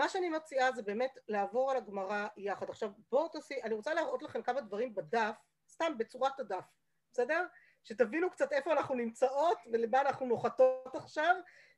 מה שאני מציעה זה באמת לעבור על הגמרא יחד. עכשיו בואו אני רוצה להראות לכם כמה דברים בדף, סתם בצורת הדף, בסדר? שתבינו קצת איפה אנחנו נמצאות ולמה אנחנו נוחתות עכשיו,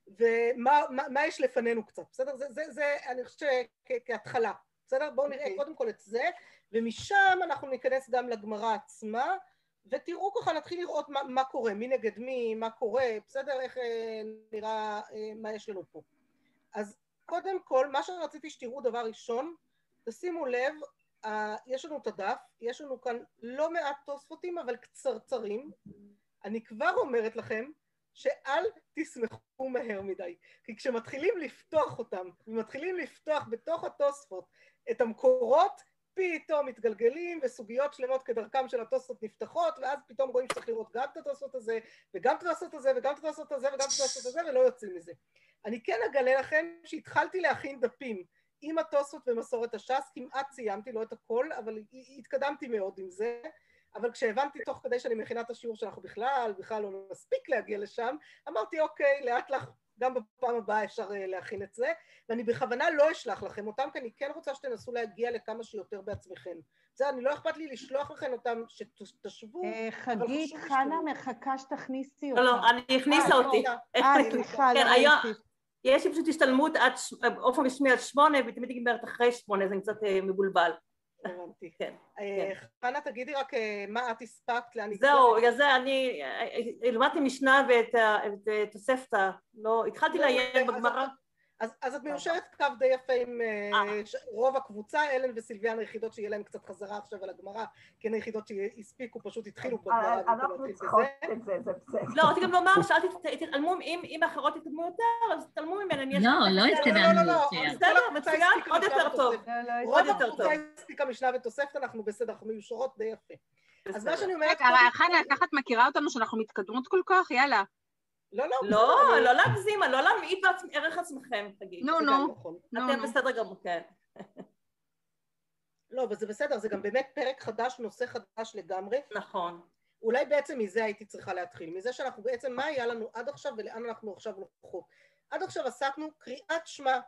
ומה יש לפנינו קצת, בסדר? זה אני חושבת כהתחלה, בסדר? בואו נראה קודם כל את זה, ומשם אנחנו ניכנס גם לגמרא עצמה, ותראו ככה, נתחיל לראות מה קורה, מי נגד מי, מה קורה, בסדר? איך נראה, מה יש לנו פה. אז קודם כל, מה שרציתי שתראו דבר ראשון, תשימו לב, יש לנו את הדף, יש לנו כאן לא מעט תוספותים, אבל קצרצרים. אני כבר אומרת לכם שאל תשמחו מהר מדי, כי כשמתחילים לפתוח אותם, ומתחילים לפתוח בתוך התוספות את המקורות, פתאום מתגלגלים וסוגיות שלמות כדרכם של התוספות נפתחות, ואז פתאום רואים שצריך לראות גם את התוספות הזה, וגם את התוספות הזה, וגם את התוספות הזה, וגם את התוספות הזה, ולא יוצאים מזה. אני כן אגלה לכם שהתחלתי להכין דפים עם התוספות ומסורת הש"ס, כמעט סיימתי, לא את הכל, אבל התקדמתי מאוד עם זה, אבל כשהבנתי תוך כדי שאני מכינה את השיעור שאנחנו בכלל לא נספיק להגיע לשם, אמרתי אוקיי, לאט לך, גם בפעם הבאה אפשר להכין את זה, ואני בכוונה לא אשלח לכם אותם, כי אני כן רוצה שתנסו להגיע לכמה שיותר בעצמכם. זה, אני לא אכפת לי לשלוח לכם אותם, שתשבו, חגית, חנה מחכה שתכניסי אותה. לא, אני הכניסה אותי. סליחה, לא ראיתי. יש לי פשוט השתלמות באופן רשמי עד 8, ותמיד נגמרת אחרי 8, זה קצת מבולבל. הבנתי. חנה, תגידי רק מה את הספקת, לאן זהו, בגלל זה אני למדתי משנה ואת תוספתא, לא, התחלתי לעיין בגמרא. אז את מיושרת קו די יפה עם רוב הקבוצה, אלן וסילביאן היחידות שיהיה להם קצת חזרה עכשיו על הגמרא, כי הן היחידות שהספיקו, פשוט התחילו בגמרא. אנחנו צריכות את זה, זה בסדר. לא, רציתי גם לומר, שאלתי, תתעלמו, אם האחרות יתעלמו יותר, אז תתעלמו ממנו. לא התקדמנו יותר. בסדר, מצוין, עוד יותר טוב. רוב הקבוצה הספיקה משנה ותוספת, אנחנו בסדר, אנחנו מיושרות די יפה. אז מה שאני אומרת... חנה, ככה את מכירה אותנו שאנחנו מתקדמות כל כך? יאללה. לא להגזים, לא להמעיט בערך עצמכם, תגיד. נו. אתם בסדר גמור, כן. לא, אבל זה בסדר, זה גם באמת פרק חדש, נושא חדש לגמרי. נכון. אולי בעצם מזה הייתי צריכה להתחיל, מזה שאנחנו בעצם, מה היה לנו עד עכשיו ולאן אנחנו עכשיו לוקחות. עד עכשיו עסקנו קריאת שמע,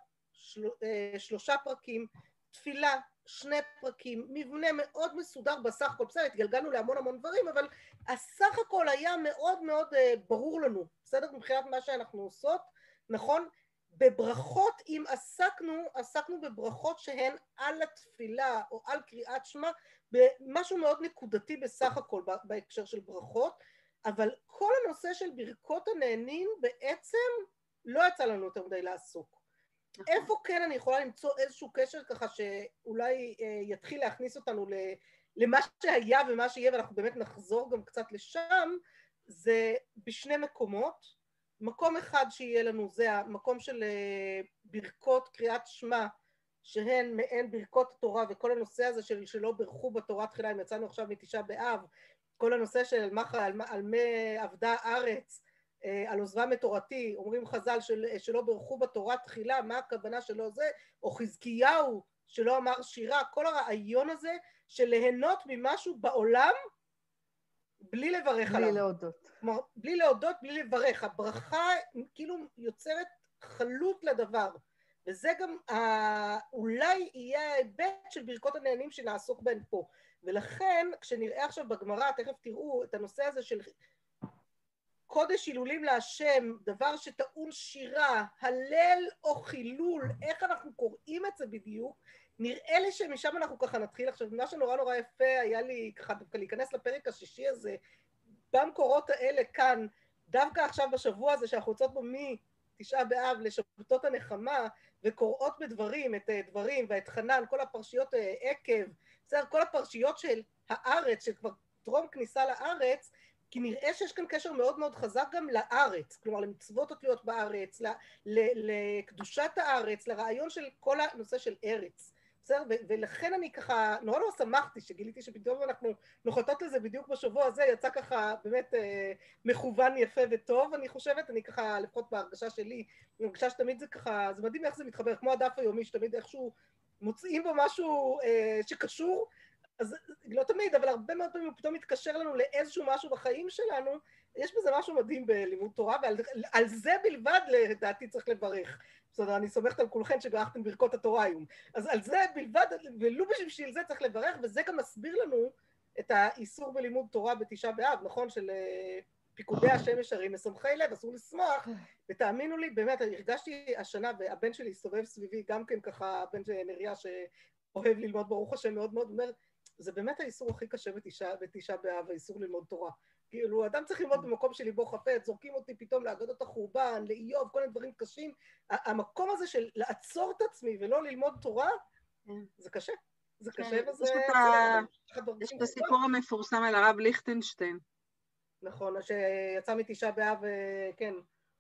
3 פרקים, תפילה, 2 פרקים, מבנה מאוד מסודר בסך הכל, בסדר, התגלגלנו להמון דברים, אבל הסך הכל היה מאוד ברור לנו, בסדר, מבחינת מה שאנחנו עושות, נכון? בברכות, אם עסקנו בברכות שהן על התפילה או על קריאת שמע, במשהו מאוד נקודתי בסך הכל בהקשר של ברכות, אבל כל הנושא של ברכות הנהנים בעצם לא יצא לנו יותר מדי לעסוק. איפה כן אני יכולה למצוא איזשהו קשר ככה שאולי יתחיל להכניס אותנו למה שהיה ומה שיהיה, ואנחנו באמת נחזור גם קצת לשם, זה בשני מקומות. מקום אחד שיהיה לנו זה המקום של ברכות קריאת שמע, שהן מעין ברכות התורה, וכל הנושא הזה שלא ברכו בתורה תחילה, אם יצאנו עכשיו מתשעה באב, כל הנושא של על מה עבדה הארץ, על עוזבם את תורתי, אומרים חז"ל שלא ברכו בתורה תחילה, מה הכוונה שלא זה, או חזקיהו שלא אמר שירה, כל הרעיון הזה של ליהנות ממשהו בעולם, בלי לברך עליו. בלי להודות, בלי לברך. הברכה כאילו יוצרת חלות לדבר, וזה גם אולי יהיה ההיבט של ברכות הנהנים שנעסוק בהן פה. ולכן כשנראה עכשיו בגמרא, תכף תראו את הנושא הזה של קודש הילולים להשם, דבר שטעון שירה, הלל או חילול, איך אנחנו קוראים את זה בדיוק, נראה לי שמשם אנחנו ככה נתחיל. עכשיו, מה שנורא יפה היה לי ככה דווקא להיכנס לפרק השישי הזה, במקורות האלה כאן, דווקא עכשיו בשבוע הזה שאנחנו יוצאות בו מתשעה באב לשבתות הנחמה, וקוראות בדברים, את דברים ואת חנן, כל הפרשיות עקב, בסדר, כל הפרשיות של הארץ, שכבר טרום כניסה לארץ, כי נראה שיש כאן קשר מאוד חזק גם לארץ, כלומר למצוות התלויות בארץ, לקדושת הארץ, לרעיון של כל הנושא של ארץ. בסדר? ולכן אני ככה נורא שמחתי שגיליתי שפתאום אנחנו נוחתות לזה בדיוק בשבוע הזה, יצא ככה באמת מכוון יפה וטוב, אני חושבת, אני ככה לפחות בהרגשה שלי, אני הרגשה שתמיד זה ככה, זה מדהים איך זה מתחבר, כמו הדף היומי, שתמיד איכשהו מוצאים בו משהו שקשור, אז לא תמיד, אבל הרבה מאוד פעמים הוא פתאום מתקשר לנו לאיזשהו משהו בחיים שלנו, יש בזה משהו מדהים בלימוד תורה, ועל זה בלבד לדעתי צריך לברך. בסדר, אני סומכת על כולכם שברכתם ברכות התורה היום. אז על זה בלבד, ולו בשביל זה צריך לברך, וזה גם מסביר לנו את האיסור בלימוד תורה בתשעה באב, נכון? של פיקודי השמש הרי משמחי לב, אסור לשמוח, ותאמינו לי, באמת, הרגשתי השנה, והבן שלי הסתובב סביבי, גם כן ככה, הבן של נריה שאוהב ללמוד ברוך השם מאוד מאוד, אומר, זה באמת האיסור הכי קשה בתשעה באב, האיסור ללמוד תורה. כאילו, אדם צריך ללמוד במקום שלי בו חפץ, זורקים אותי פתאום לאגדות החורבן, לאיוב, כל מיני דברים קשים. המקום הזה של לעצור את עצמי ולא ללמוד תורה, זה קשה. זה קשה וזה... יש את הסיפור המפורסם על הרב ליכטנשטיין. נכון, שיצא מתשעה באב, כן.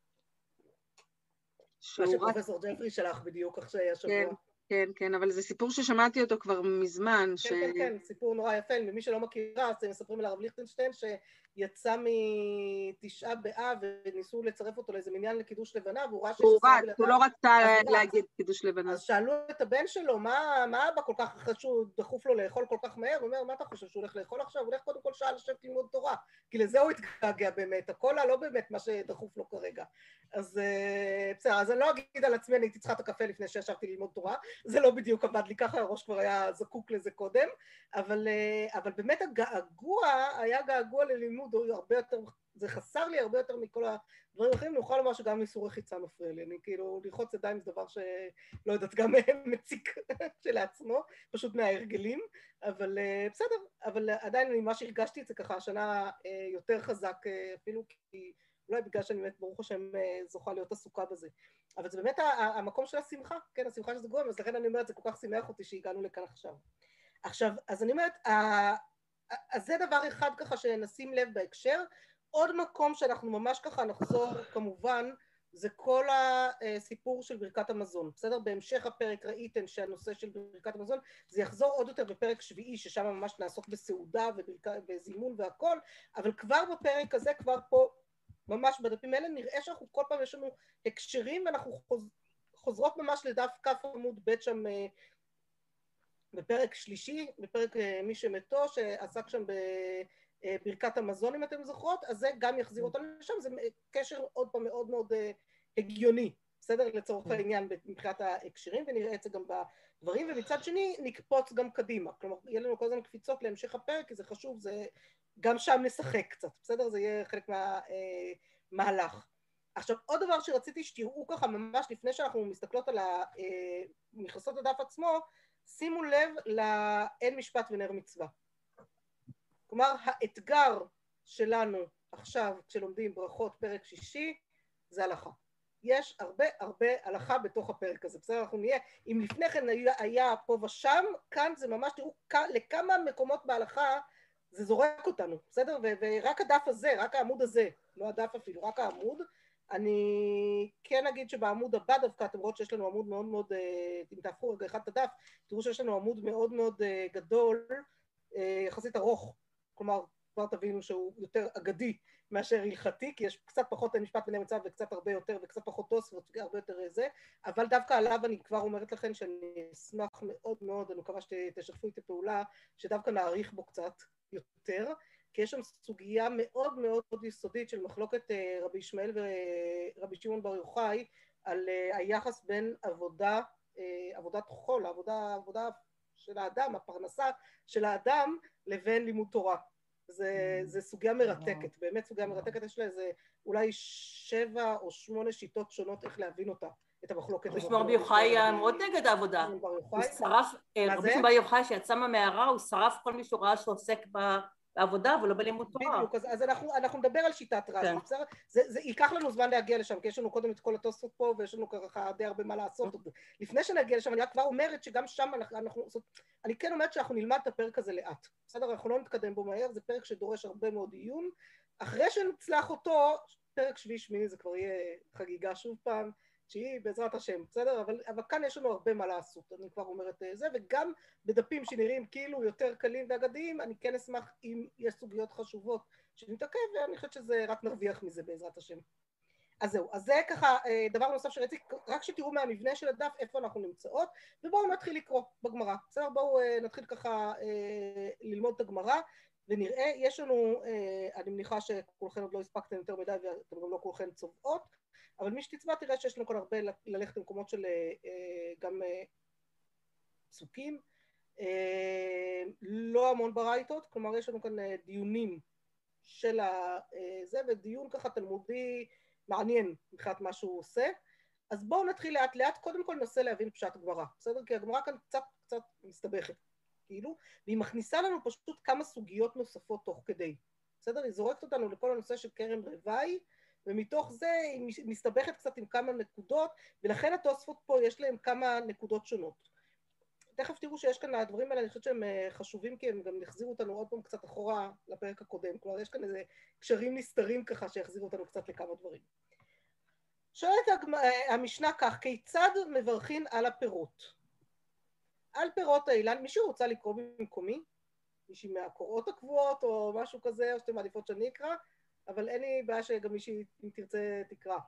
מה שפרופסור ג'פרי שלח בדיוק אחרי השבוע. כן, כן, אבל זה סיפור ששמעתי אותו כבר מזמן. כן, כן, סיפור נורא יפה, ממי שלא מכירה, אז מספרים על הרב ליכטנשטיין שיצא מתשעה באב וניסו לצרף אותו לאיזה מניין לקידוש לבנה, והוא ראה הוא לא רצה להגיד קידוש לבנה. אז שאלו את הבן שלו, מה אבא כל כך חשוב, דחוף לו לאכול כל כך מהר? הוא אומר, מה אתה חושב שהוא הולך לאכול עכשיו? הוא הולך קודם כל שעה לשבת ללמוד תורה, כי לזה הוא התגעגע באמת, הקולה לא באמת מה שדחוף לו כרגע. אז בסדר, אז אני לא אגיד על עצמי, אני הייתי צריכה את הקפה לפני שישבתי ללמוד תורה, זה לא בדיוק עבד לי ככה, הראש כבר היה זקוק לזה קודם, אבל באמת הגעגוע היה געגוע ללימוד, הרבה יותר, זה חסר לי הרבה יותר מכל הדברים האחרים, אני יכול לומר שגם איסור רחיצה מפריע לי, אני כאילו, לרחוץ ידיים זה דבר שלא יודעת, גם מציק שלעצמו, פשוט מההרגלים, אבל בסדר, אבל עדיין אני ממש הרגשתי את זה ככה, השנה יותר חזק אפילו, כי אולי בגלל שאני באמת ברוך השם זוכה להיות עסוקה בזה. אבל זה באמת המקום של השמחה, כן, השמחה שזה גורם, אז לכן אני אומרת, זה כל כך שימח אותי שהגענו לכאן עכשיו. עכשיו, אז אני אומרת, אז זה דבר אחד ככה שנשים לב בהקשר, עוד מקום שאנחנו ממש ככה נחזור כמובן, זה כל הסיפור של ברכת המזון, בסדר? בהמשך הפרק ראיתם שהנושא של ברכת המזון, זה יחזור עוד יותר בפרק שביעי, ששם ממש נעסוק בסעודה וזימון והכל, אבל כבר בפרק הזה, כבר פה, ממש בדפים האלה, נראה שאנחנו כל פעם יש לנו הקשרים, ואנחנו חוזרות ממש לדף כף עמוד ב' שם בפרק שלישי, בפרק מי שמתו, שעסק שם בברכת המזון, אם אתם זוכרות, אז זה גם יחזיר אותנו לשם, זה קשר עוד פעם מאוד מאוד הגיוני, בסדר? לצורך העניין מבחינת ההקשרים, ונראה את זה גם בדברים, ומצד שני נקפוץ גם קדימה, כלומר, יהיה לנו כל הזמן קפיצות להמשך הפרק, כי זה חשוב, זה גם שם נשחק קצת, בסדר? זה יהיה חלק מהמהלך. עכשיו, עוד דבר שרציתי שתראו ככה ממש לפני שאנחנו מסתכלות על נכנסות לדף עצמו, שימו לב לאין משפט ונר מצווה. כלומר, האתגר שלנו עכשיו כשלומדים ברכות פרק שישי, זה הלכה. יש הרבה הלכה בתוך הפרק הזה, בסדר? אנחנו נהיה, אם לפני כן היה פה ושם, כאן זה ממש, תראו לכמה מקומות בהלכה זה זורק אותנו, בסדר? ורק הדף הזה, רק העמוד הזה, לא הדף אפילו, רק העמוד, אני כן אגיד שבעמוד הבא דווקא, אתם רואות שיש לנו עמוד מאוד מאוד, אם תהפכו רגע אחד את הדף, תראו שיש לנו עמוד מאוד מאוד גדול, יחסית ארוך, כלומר, כבר תבינו שהוא יותר אגדי מאשר הלכתי, כי יש קצת פחות משפט ונר מצווה וקצת הרבה יותר, וקצת פחות תוספות, הרבה יותר זה, אבל דווקא עליו אני כבר אומרת לכם שאני אשמח מאוד מאוד, אני מקווה שתשתפו איתי פעולה, שדווקא נעריך בו קצת יותר, כי יש שם סוגיה מאוד מאוד יסודית של מחלוקת רבי ישמעאל ורבי שמעון בר יוחאי, על היחס בין עבודת חול, העבודה של האדם, הפרנסה של האדם, לבין לימוד תורה. זה סוגיה מרתקת, באמת סוגיה מרתקת, יש לה איזה אולי 7 או 8 שיטות שונות איך להבין אותה, את המחלוקת. רבי שמעון בר יוחאי היה מאוד נגד העבודה. הוא שרף, רבי שמעון בר יוחאי שיצא מהמערה, הוא שרף כל מי שהוא ראה שעוסק בעבודה ולא בלימוד תורה. בדיוק, אז אנחנו נדבר על שיטת רש"י, בסדר? זה ייקח לנו זמן להגיע לשם, כי יש לנו קודם את כל התוספות פה, ויש לנו ככה די הרבה מה לעשות. לפני שנגיע לשם, אני כבר אומרת שגם שם אני כן אומרת שאנחנו נלמד את הפרק הזה לאט, בסדר? אנחנו לא נתקדם בו מהר, זה פרק שדורש הרבה מאוד עיון. אחרי שנצלח אותו, פרק שביעי שמיני זה כבר יהיה חגיגה שוב פעם, שהיא בעזרת השם, בסדר? אבל כאן יש לנו הרבה מה לעשות, אני כבר אומרת זה, וגם בדפים שנראים כאילו יותר קלים ואגדיים, אני כן אשמח אם יש סוגיות חשובות שנתעכב, ואני חושבת שזה רק נרוויח מזה בעזרת השם. אז זהו, אז זה ככה דבר נוסף שראיתי, רק שתראו מהמבנה של הדף איפה אנחנו נמצאות, ובואו נתחיל לקרוא בגמרא, בסדר? בואו נתחיל ככה ללמוד את הגמרא, ונראה, יש לנו, אני מניחה שכולכם עוד לא הספקתם יותר מדי, ואתם גם לא כולכם צובעות, אבל מי שתצבע תראה שיש לנו כאן הרבה ללכת למקומות של גם פסוקים, לא המון ברייתות, כלומר יש לנו כאן דיונים של זה, ודיון ככה תלמודי מעניין מבחינת מה שהוא עושה. אז בואו נתחיל לאט לאט, קודם כל ננסה להבין פשט הגמרא, בסדר? כי הגמרא כאן קצת מסתבכת, כאילו, והיא מכניסה לנו פשוט כמה סוגיות נוספות תוך כדי, בסדר? היא זורקת אותנו לכל הנושא של קרן רוואי, ומתוך זה היא מסתבכת קצת עם כמה נקודות, ולכן התוספות פה יש להם כמה נקודות שונות. תכף תראו שיש כאן הדברים האלה, אני חושבת שהם חשובים, כי הם גם יחזירו אותנו עוד פעם קצת אחורה לפרק הקודם, כלומר יש כאן איזה קשרים נסתרים ככה שיחזירו אותנו קצת לכמה דברים. שואלת המשנה כך, כיצד מברכים על הפירות? על פירות האילן, מישהו רוצה לקרוא במקומי? מישהי מהקוראות הקבועות או משהו כזה, או שאתם מעדיפות שאני אקרא? אבל אין לי בעיה שגם מישהי, אם תרצה, תקרא.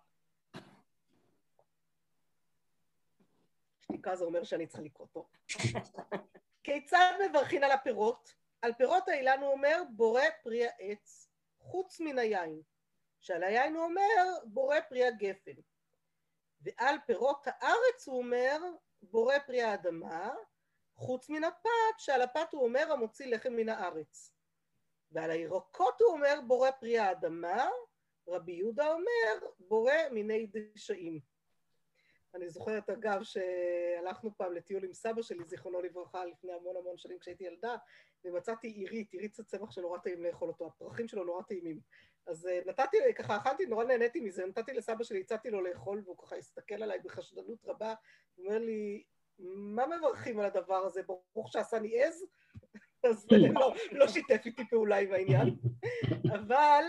שתיקה זה אומר שאני צריכה לקרוא טוב. כיצד מברכים על הפירות? על פירות האילן הוא אומר, בורא פרי העץ, חוץ מן היין. שעל היין הוא אומר, בורא פרי הגפן. ועל פירות הארץ הוא אומר, בורא פרי האדמה, חוץ מן הפת, שעל הפת הוא אומר, המוציא לחם מן הארץ. ועל הירקות הוא אומר, בורא פרי האדמה, רבי יהודה אומר, בורא מיני דשאים. אני זוכרת אגב שהלכנו פעם לטיול עם סבא שלי, זיכרונו לברכה, לפני המון שנים כשהייתי ילדה, ומצאתי עירית זה צמח שנורא טעים לאכול אותו, הפרחים שלו נורא טעימים. אז נתתי, ככה אכלתי, נורא נהניתי מזה, נתתי לסבא שלי, הצעתי לו לאכול, והוא ככה הסתכל עליי בחשדנות רבה, הוא אומר לי, מה מברכים על הדבר הזה, ברוך שעשה לי עז? אז לא שיתף איתי פעולה עם העניין. אבל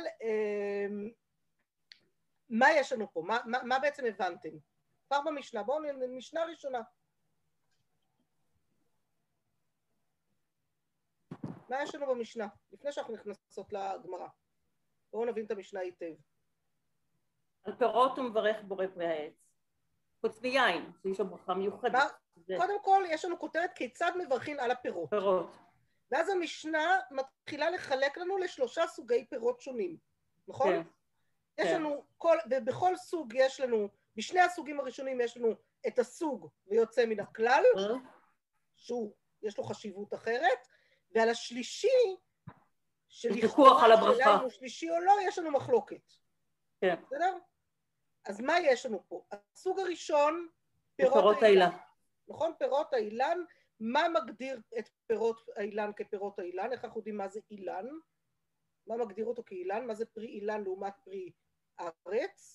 מה יש לנו פה? מה בעצם הבנתם? כבר במשנה, בואו משנה ראשונה. מה יש לנו במשנה? לפני שאנחנו נכנסות לגמרא. בואו נבין את המשנה היטב. על פירות הוא מברך בורא פרי העץ. חוץ מיין, שיש לו ברכה מיוחדת. קודם כל, יש לנו כותרת כיצד מברכים על הפירות. פירות. ואז המשנה מתחילה לחלק לנו לשלושה סוגי פירות שונים, נכון? כן. יש לנו, ובכל סוג יש לנו, בשני הסוגים הראשונים יש לנו את הסוג ויוצא מן הכלל, שהוא, יש לו חשיבות אחרת, ועל השלישי, ויכוח על הברכה. שאלה אם הוא שלישי או לא, יש לנו מחלוקת. כן. בסדר? אז מה יש לנו פה? הסוג הראשון, פירות האילן. נכון? פירות האילן, מה מגדיר את פירות האילן כפירות האילן? איך אנחנו יודעים מה זה אילן? מה מגדיר אותו כאילן? מה זה פרי אילן לעומת פרי ארץ?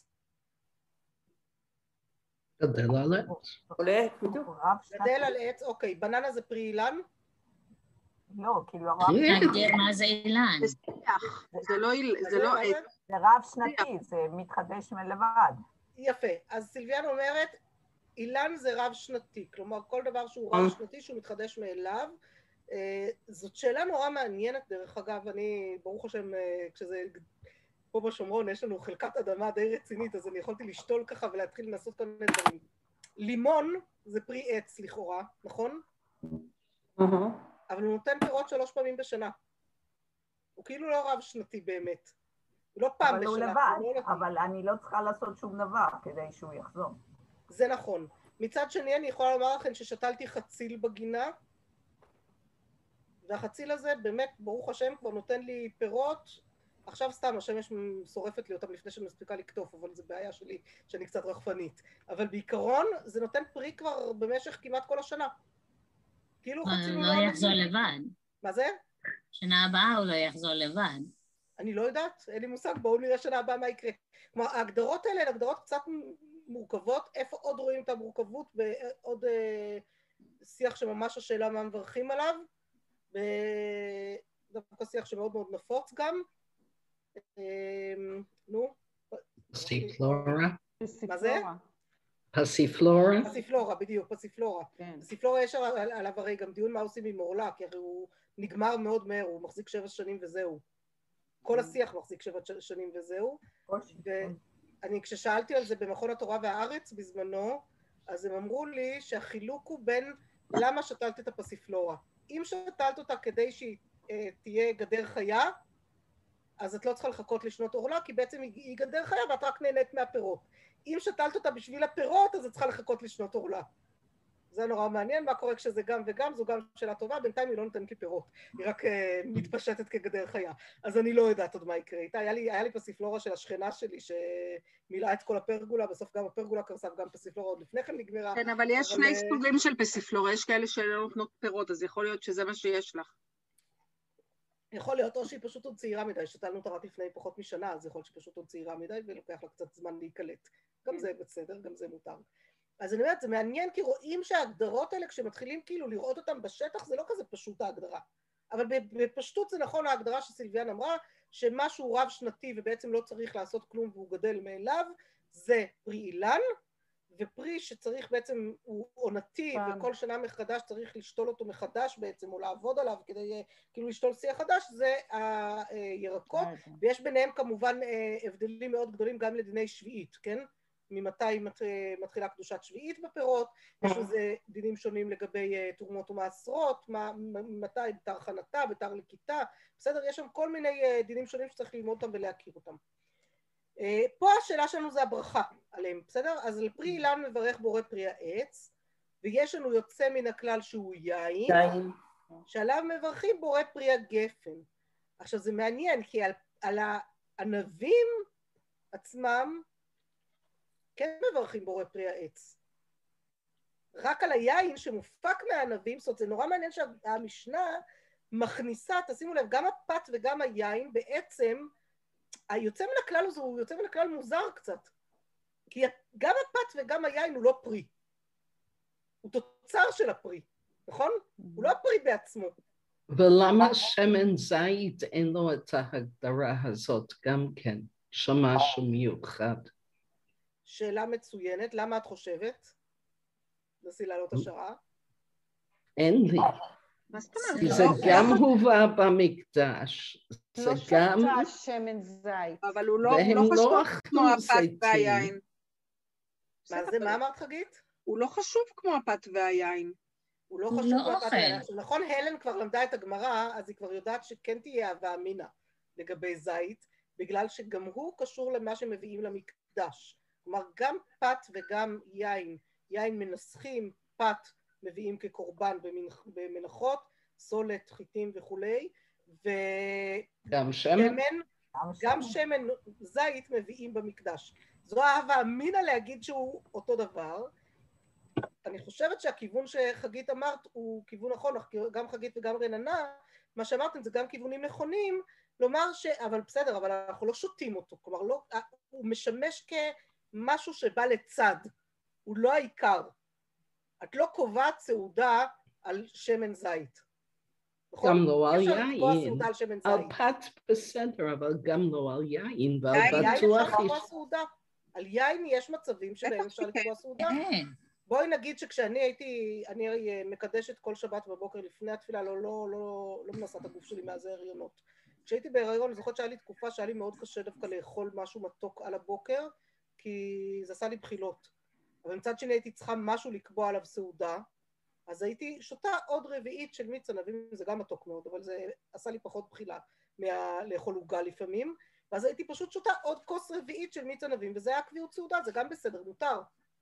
גדל על עץ. עולה, בדיוק. גדל על עץ, אוקיי. בננה זה פרי אילן? לא, כאילו הרב... תגדיר מה זה אילן. זה לא עץ. זה רב שנתי, זה מתחדש מלבד. יפה. אז סילביאן אומרת, אילן זה רב שנתי, כלומר כל דבר שהוא רב שנתי שהוא מתחדש מאליו. זאת שאלה נורא מעניינת דרך אגב, אני ברוך השם כשזה פה בשומרון יש לנו חלקת אדמה די רצינית, אז אני יכולתי לשתול ככה ולהתחיל לנסות כל מיני דברים. לימון זה פרי עץ לכאורה, נכון? אבל הוא נותן פירות 3 פעמים בשנה. הוא כאילו לא רב שנתי באמת. הוא לא פעם בשנה. אבל הוא לבד, אבל אני לא צריכה לעשות שום דבר כדי שהוא יחזור. זה נכון. מצד שני אני יכולה לומר לכם ששתלתי חציל בגינה, והחציל הזה באמת, ברוך השם, כבר נותן לי פירות. עכשיו סתם, השמש שורפת לי אותם לפני שאני מספיקה לקטוף, אבל זה בעיה שלי, שאני קצת רחפנית. אבל בעיקרון זה נותן פרי כבר במשך כמעט כל השנה. כאילו חציל הוא לא יחזור לבד. מה זה? שנה הבאה הוא לא יחזור לבד. אני לא יודעת, אין לי מושג, בואו נראה שנה הבאה מה יקרה. כלומר, ההגדרות האלה הן הגדרות קצת מורכבות, איפה עוד רואים את המורכבות, בעוד שיח שממש השאלה מה מברכים עליו, ודווקא שיח שמאוד מאוד נפוץ גם. נו? פסיפלורה? מה זה? פסיפלורה? פסיפלורה, בדיוק, פסיפלורה. פסיפלורה יש עליו הרי גם דיון מה עושים עם אורלה, כי הרי הוא נגמר מאוד מהר, הוא מחזיק 7 שנים וזהו. כל השיח מחזיק 7 שנים וזהו. אני כששאלתי על זה במכון התורה והארץ בזמנו, אז הם אמרו לי שהחילוק הוא בין למה שתלת את הפסיפלורה. אם שתלת אותה כדי שהיא תהיה גדר חיה, אז את לא צריכה לחכות לשנות עורלה, כי בעצם היא גדר חיה ואת רק נהנית מהפירות. אם שתלת אותה בשביל הפירות, אז את צריכה לחכות לשנות עורלה. זה נורא מעניין, מה קורה כשזה גם וגם, זו גם שאלה טובה, בינתיים היא לא נותנת לי פירות, היא רק מתפשטת כגדר חיה, אז אני לא יודעת עוד מה יקרה איתה. היה לי פסיפלורה של השכנה שלי שמילאה את כל הפרגולה, בסוף גם הפרגולה קרסה וגם פסיפלורה עוד לפני כן נגמרה. כן, אבל יש שני סוגים של פסיפלורה, יש כאלה שלא נותנות פירות, אז יכול להיות שזה מה שיש לך. יכול להיות, או שהיא פשוט עוד צעירה מדי, שתלנו אותה רק לפני פחות משנה, אז יכול להיות שהיא פשוט עוד צעירה מדי ולוקח לה קצת זמן להיקלט. גם זה בסדר, גם זה מותר. אז אני אומרת, זה מעניין כי רואים שההגדרות האלה, כשמתחילים כאילו לראות אותם בשטח, זה לא כזה פשוט ההגדרה. אבל בפשטות זה נכון ההגדרה שסילביאן אמרה, שמשהו רב שנתי ובעצם לא צריך לעשות כלום והוא גדל מאליו, זה פרי אילן, ופרי שצריך בעצם, הוא עונתי וכל שנה מחדש צריך לשתול אותו מחדש בעצם, או לעבוד עליו כדי כאילו לשתול שיא חדש, זה הירקות, ויש ביניהם כמובן הבדלים מאוד גדולים גם לדיני שביעית, כן? ממתי מתחילה קדושת שביעית בפירות, יש לזה דינים שונים לגבי תרומות ומעשרות, מתי בתר חנתה, בתר לקיטה, בסדר? יש שם כל מיני דינים שונים שצריך ללמוד אותם ולהכיר אותם. פה השאלה שלנו זה הברכה עליהם, בסדר? אז על פרי אילן מברך בורא פרי העץ, ויש לנו יוצא מן הכלל שהוא יין, שעליו מברכים בורא פרי הגפן. עכשיו זה מעניין, כי על הענבים עצמם, כן מברכים בורא פרי העץ. רק על היין שמופק מהענבים, זאת אומרת, זה נורא מעניין שהמשנה מכניסה, תשימו לב, גם הפת וגם היין בעצם, היוצא מן הכלל הזה הוא יוצא מן הכלל מוזר קצת. כי גם הפת וגם היין הוא לא פרי. הוא תוצר של הפרי, נכון? הוא לא הפרי בעצמו. ולמה שמן זית אין לו את ההגדרה הזאת גם כן, שמשהו מיוחד? שאלה מצוינת, למה את חושבת? נסי לעלות השערה. אין לי. מה זאת אומרת? זה גם הובא במקדש. לא שתה שמן זית. אבל הוא לא חשוב כמו הפת והיין. מה אמרת חגית? הוא לא חשוב כמו הפת והיין. הוא לא חשוב כמו הפת והיין. נכון, הלן כבר למדה את הגמרא, אז היא כבר יודעת שכן תהיה הווה אמינה לגבי זית, בגלל שגם הוא קשור למה שמביאים למקדש. כלומר, גם פת וגם יין, יין מנסחים, פת מביאים כקורבן במנחות, סולת, חיטים וכולי, גם שמן? גם שמן זית מביאים במקדש. זו ההווה אמינה להגיד שהוא אותו דבר. אני חושבת שהכיוון שחגית אמרת הוא כיוון נכון, גם חגית וגם רננה, מה שאמרתם זה גם כיוונים נכונים, לומר אבל בסדר, אבל אנחנו לא שותים אותו, כלומר לא, הוא משמש כמשהו שבא לצד, הוא לא העיקר. את לא קובעת סעודה על שמן זית. גם לא על יין, על פת בסדר, אבל גם לא על יין, ועל בטוח על יין יש מצבים שבהם אפשר לקבוע סעודה. בואי נגיד שכשאני הייתי, אני מקדשת כל שבת בבוקר לפני התפילה, לא מנסה את הגוף שלי מאז ההריונות. כשהייתי בהיריון, אני זוכרת שהיה לי תקופה שהיה לי מאוד קשה דווקא לאכול משהו מתוק על הבוקר, כי זה עשה לי בחילות. אבל מצד שני הייתי צריכה משהו לקבוע עליו סעודה, אז הייתי שותה עוד רביעית של מיץ ענבים, זה גם מתוק מאוד, אבל זה עשה לי פחות בחילה לאכול עוגה לפעמים, ואז הייתי פשוט שותה עוד כוס רביעית של מיץ ענבים, וזה היה קביעות סעודה, זה גם בסדר, מותר.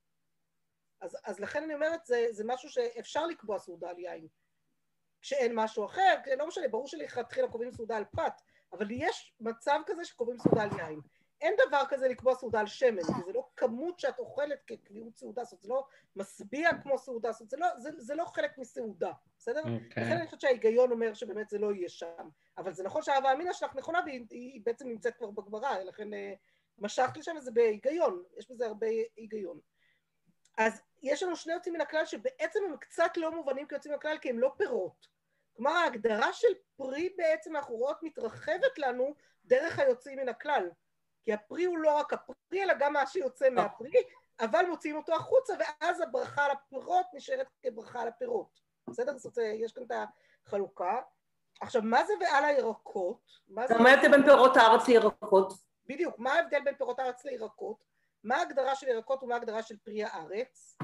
אז לכן אני אומרת, זה משהו שאפשר לקבוע סעודה על יין. כשאין משהו אחר, לא משנה, ברור שלכתחילה קובעים סעודה על פת, אבל יש מצב כזה שקובעים סעודה על יין. אין דבר כזה לקבוע סעודה על שמן, כי זה לא כמות שאת אוכלת כקביעות סעודה, זאת אומרת, זה לא משביע כמו סעודה, זאת אומרת, זה לא חלק מסעודה, בסדר? לכן אני חושבת שההיגיון אומר שבאמת זה לא יהיה שם, אבל זה נכון שההווה אמינה שלך נכונה, והיא בעצם נמצאת כבר בגמרא, לכן משכת לשם וזה בהיגיון, יש בזה הרבה היגיון. אז יש לנו שני יוצאים מן הכלל שבעצם הם קצת לא מובנים כיוצאים מן הכלל, כי הם לא פירות. כלומר, ההגדרה של פרי בעצם אנחנו רואות מתרחבת לנו דרך היוצאים מן הכלל. כי הפרי הוא לא רק הפרי, אלא גם מה שיוצא מהפרי, אבל מוציאים אותו החוצה, ואז הברכה על הפירות נשארת כברכה על הפירות. בסדר? זאת אומרת, יש כאן את החלוקה. עכשיו, מה זה ועל הירקות? מה ההבדל בין פירות הארץ לירקות? בדיוק, מה ההבדל בין פירות הארץ לירקות? מה ההגדרה של ירקות ומה ההגדרה של פרי הארץ?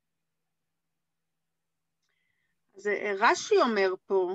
אז רש"י אומר פה,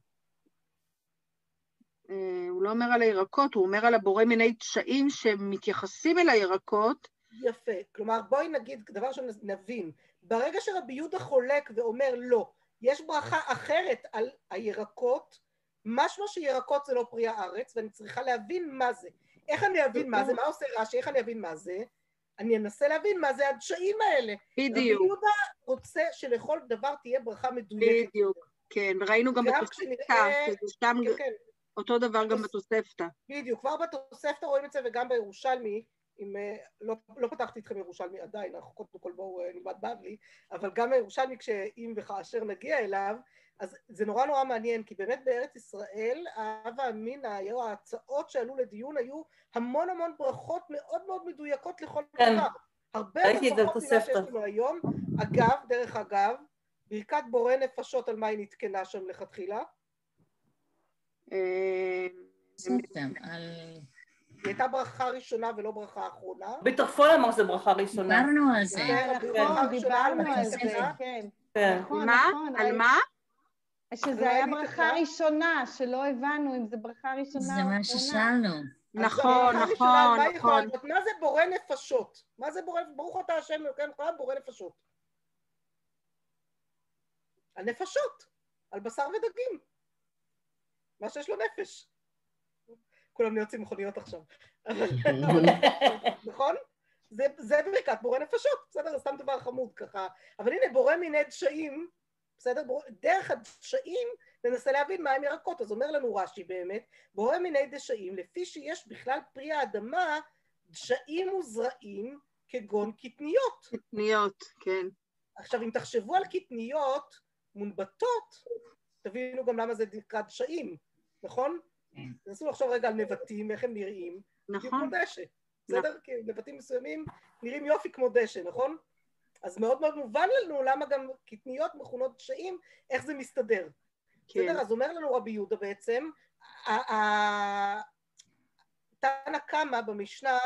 הוא לא אומר על הירקות, הוא אומר על הבורא מיני תשעים שמתייחסים אל הירקות. יפה, כלומר בואי נגיד דבר שנבין, ברגע שרבי יהודה חולק ואומר לא, יש ברכה אחרת על הירקות, משמע שירקות זה לא פרי הארץ, ואני צריכה להבין מה זה. איך אני אבין מה זה? מה עושה רש"י? איך אני אבין מה זה? אני אנסה להבין מה זה הדשאים האלה. בדיוק. רבי יהודה רוצה שלכל דבר תהיה ברכה מדויקת. בדיוק, כן, וראינו גם בתוספתא, שזה שם אותו דבר גם בתוספתא. בדיוק, כבר בתוספתא רואים את זה וגם בירושלמי, אם לא פתחתי אתכם ירושלמי עדיין, אנחנו קודם כל בואו נלמד בבלי, אבל גם בירושלמי כשאם וכאשר נגיע אליו, אז זה נורא מעניין, כי באמת בארץ ישראל, הווה אמינא, ההצעות שעלו לדיון היו המון ברכות מאוד מדויקות לכל דבר. הרבה ברכות ממה שיש לנו היום. אגב, דרך אגב, ברכת בורא נפשות על מה היא נתקנה שם לכתחילה? היא הייתה ברכה ראשונה ולא ברכה אחרונה. בתרפול אמר זה ברכה ראשונה. דיברנו על זה. נכון, דיברנו על זה, כן. נכון. על מה? שזה היה ברכה ראשונה, שלא הבנו אם זה ברכה ראשונה או אחרונה. זה מה ששאלנו. נכון. מה זה בורא נפשות? מה זה בורא, ברוך אתה השם אלוקינו לעולם בורא נפשות? על נפשות, על בשר ודגים. מה שיש לו נפש. כולם נהיה יוצאים מכוניות עכשיו. נכון? זה ברכת בורא נפשות, בסדר? זה סתם דבר חמוד ככה. אבל הנה, בורא מיני דשאים, בסדר? דרך הדשאים ננסה להבין מה הם ירקות. אז אומר לנו רש"י באמת, בורא מיני דשאים, לפי שיש בכלל פרי האדמה, דשאים וזרעים כגון קטניות. קטניות, כן. עכשיו, אם תחשבו על קטניות מונבטות, תבינו גם למה זה נקרא דשאים, נכון? תנסו לחשוב רגע על נבטים, איך הם נראים. נכון. כמו דשא, בסדר? כי נבטים מסוימים נראים יופי כמו דשא, נכון? אז מאוד מובן לנו למה גם קטניות מכונות דשאים, איך זה מסתדר. בסדר? אז אומר לנו רבי יהודה בעצם, תנא קמא במשנה,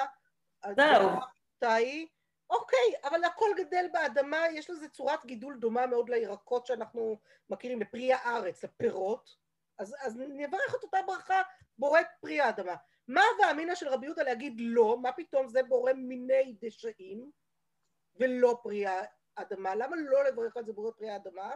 אוקיי, אבל הכל גדל באדמה, יש לזה צורת גידול דומה מאוד לירקות שאנחנו מכירים, לפרי הארץ, לפירות, אז נברך את אותה ברכה, בורא פרי האדמה. מה והאמינא של רבי יהודה להגיד לא, מה פתאום זה בורא מיני דשאים, ולא פרי האדמה? למה לא לברך על זה בורא פרי האדמה?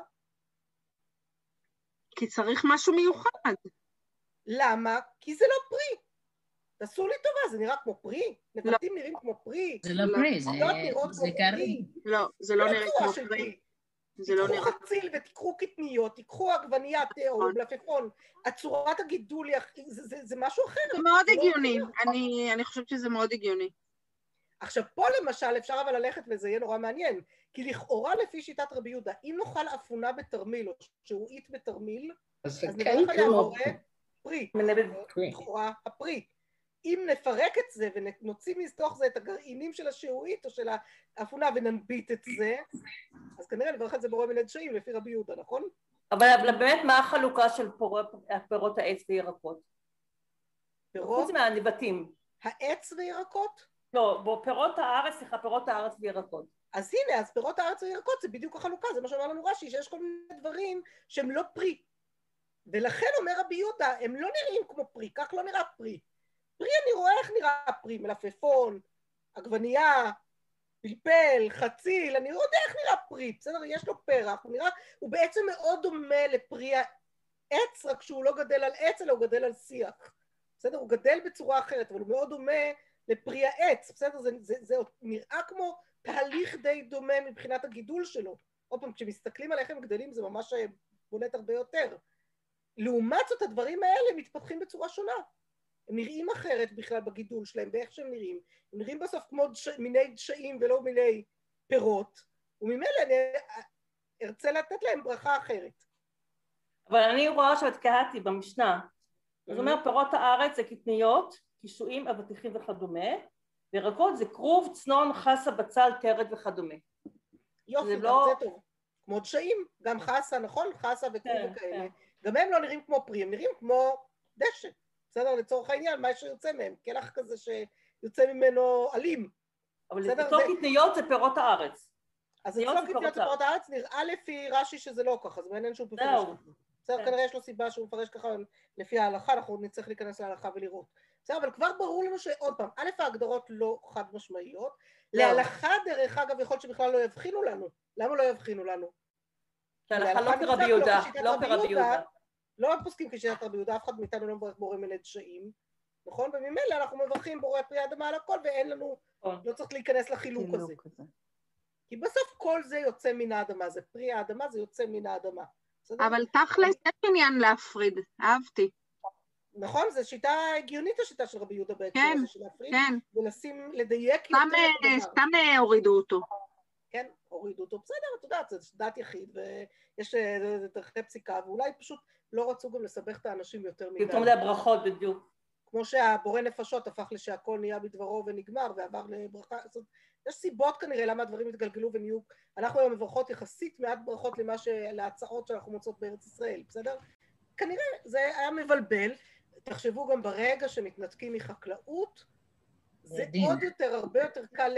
כי צריך משהו מיוחד. למה? כי זה לא פרי. תעשו לי טובה, זה נראה כמו פרי? נבטים נראים כמו פרי? זה לא פרי, זה גרעין. לא, זה לא נראה כמו פרי. תיקחו חציל ותיקחו קטניות, תיקחו עגבנייה, או מלפפון, הצורת הגידול, זה משהו אחר. זה מאוד הגיוני, אני חושבת שזה מאוד הגיוני. עכשיו פה למשל אפשר אבל ללכת וזה יהיה נורא מעניין, כי לכאורה לפי שיטת רבי יהודה, אם נאכל אפונה בתרמיל או שעועית בתרמיל, אז נברך עליה בורא פרי, לכאורה הפרי. אם נפרק את זה ונוציא מתוך זה את הגרעינים של השעועית או של האפונה וננביט את זה, אז כנראה נברך את זה בורא מיני דשאים לפי רבי יהודה, נכון? אבל באמת מה החלוקה של פירות העץ וירקות? חוץ מהנבטים. העץ וירקות? לא, פירות הארץ וירקות. אז הנה, אז פירות הארץ וירקות זה בדיוק החלוקה, זה מה שאמר לנו רש"י, שיש כל מיני דברים שהם לא פרי. ולכן אומר רבי יהודה, הם לא נראים כמו פרי, כך לא נראה פרי. פרי אני רואה איך נראה פרי, מלפפון, עגבנייה, פלפל, חציל, אני לא יודע איך נראה פרי, בסדר? יש לו פרח, הוא בעצם מאוד דומה לפרי העץ, רק שהוא לא גדל על עץ, אלא הוא גדל על שיח. בסדר? הוא גדל בצורה אחרת, אבל הוא מאוד דומה לפרי העץ, בסדר? זה נראה כמו תהליך די דומה מבחינת הגידול שלו. עוד פעם, כשמסתכלים על איך הם גדלים, זה ממש בולט הרבה יותר. לעומת זאת, הדברים האלה מתפתחים בצורה שונה. הם נראים אחרת בכלל בגידול שלהם, באיך שהם נראים. הם נראים בסוף כמו מיני דשאים ולא מיני פירות, וממילא אני ארצה לתת להם ברכה אחרת. אבל אני רואה שהתקהתי במשנה. זאת אומרת, פירות הארץ זה קטניות, קישואים, אבטיחים וכדומה, וירקות זה כרוב, צנון, חסה, בצל, טרד וכדומה. יופי, גם זה טוב. כמו דשאים, גם חסה, נכון? חסה וכרוב וכאלה. גם הם לא נראים כמו פרי, הם נראים כמו דשא. בסדר, לצורך העניין, מה שיוצא מהם, כלח כזה שיוצא ממנו אלים. אבל אצלו קטניות זה פירות הארץ. אז אצלו קטניות זה פירות הארץ, נראה לפי רש"י שזה לא ככה, זה מעניין שהוא מפרש ככה. בסדר, כנראה יש לו סיבה שהוא מפרש ככה לפי ההלכה, אנחנו נצטרך להיכנס להלכה ולראות. בסדר, אבל כבר ברור לנו שעוד פעם, א', ההגדרות לא חד משמעיות, להלכה דרך אגב יכול שבכלל לא יבחינו לנו. למה לא יבחינו לנו? להלכה לא כרבי יהודה, לא כרבי יהודה. לא פוסקים כשיטת רבי יהודה, אף אחד מאיתנו לא מברך בורא מיני דשאים, נכון? וממילא אנחנו מברכים בורא פרי האדמה על הכל, ואין לנו, לא צריך להיכנס לחילוק הזה. כי בסוף כל זה יוצא מן האדמה, זה פרי האדמה, זה יוצא מן האדמה. אבל תכלס אין עניין להפריד, אהבתי. נכון, זו שיטה הגיונית השיטה של רבי יהודה בהקשר הזה של להפריד, ולשים, לדייק יותר את הדבר. סתם הורידו אותו. כן, הורידו אותו, בסדר, את יודעת, זה דת יחיד, ויש דרכי פסיקה, ואולי פשוט לא רצו גם לסבך את האנשים יותר מדי. יותר מדי ברכות בדיוק. כמו שהבורא נפשות הפך לשהכל נהיה בדברו ונגמר, ועבר לברכה, זאת אומרת, יש סיבות כנראה למה הדברים התגלגלו ונהיו, אנחנו היום מברכות יחסית מעט ברכות להצעות שאנחנו מוצאות בארץ ישראל, בסדר? כנראה זה היה מבלבל, תחשבו גם ברגע שמתנתקים מחקלאות, זה עוד יותר, הרבה יותר קל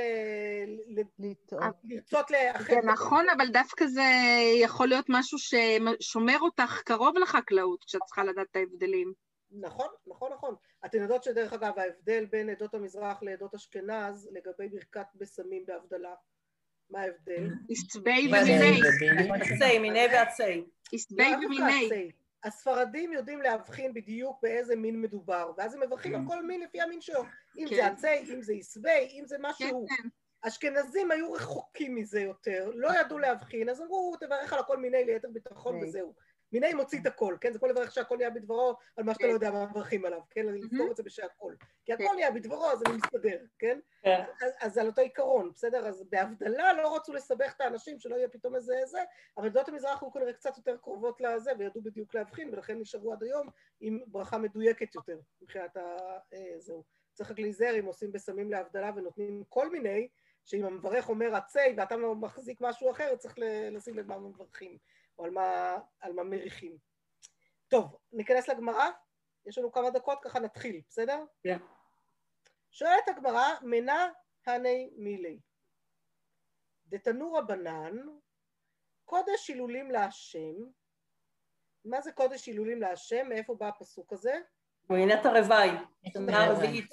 לרצות לאחד. זה נכון, אבל דווקא זה יכול להיות משהו ששומר אותך קרוב לחקלאות, כשאת צריכה לדעת את ההבדלים. נכון, נכון, נכון. אתן יודעות שדרך אגב ההבדל בין עדות המזרח לעדות אשכנז לגבי ברכת בסמים בהבדלה, מה ההבדל? עשבי ומיני. עצי, מיני ועצי. עשבי ומיני. הספרדים יודעים להבחין בדיוק באיזה מין מדובר, ואז הם מברכים על כל מין לפי המין שלו. אם זה עצי, אם זה עשבי, אם זה משהו. אשכנזים היו רחוקים מזה יותר, לא ידעו להבחין, אז אמרו, תברך על הכל מיני ליתר ביטחון וזהו. מיני מוציא את הכל, כן? זה כל לברך שהכל נהיה בדברו על מה שאתה לא יודע מה מברכים עליו, כן? אני לפתור את זה בשהכל. כי הכל נהיה בדברו, אז אני מסתדר, כן? אז על אותו עיקרון, בסדר? אז בהבדלה לא רצו לסבך את האנשים, שלא יהיה פתאום איזה זה, אבל עדות המזרח היו כנראה קצת יותר קרובות לזה, וידעו בדיוק להבחין, ולכן נשארו עד היום עם ברכה מדויקת יותר, מבחינת זהו. צריך רק להיזהר אם עושים בסמים להבדלה ונותנים כל מיני, שאם המברך אומר עצי ואתה מחזיק משהו אחר, צריך לשים לב מה מברכים. או על מה מריחים. טוב, ניכנס לגמרא, יש לנו כמה דקות, ככה נתחיל, בסדר? כן. שואלת הגמרא, מנה הני מילי. דתנו רבנן, קודש הילולים להשם. מה זה קודש הילולים להשם? מאיפה בא הפסוק הזה? מעיינת הרבעי, שנה הרביעית,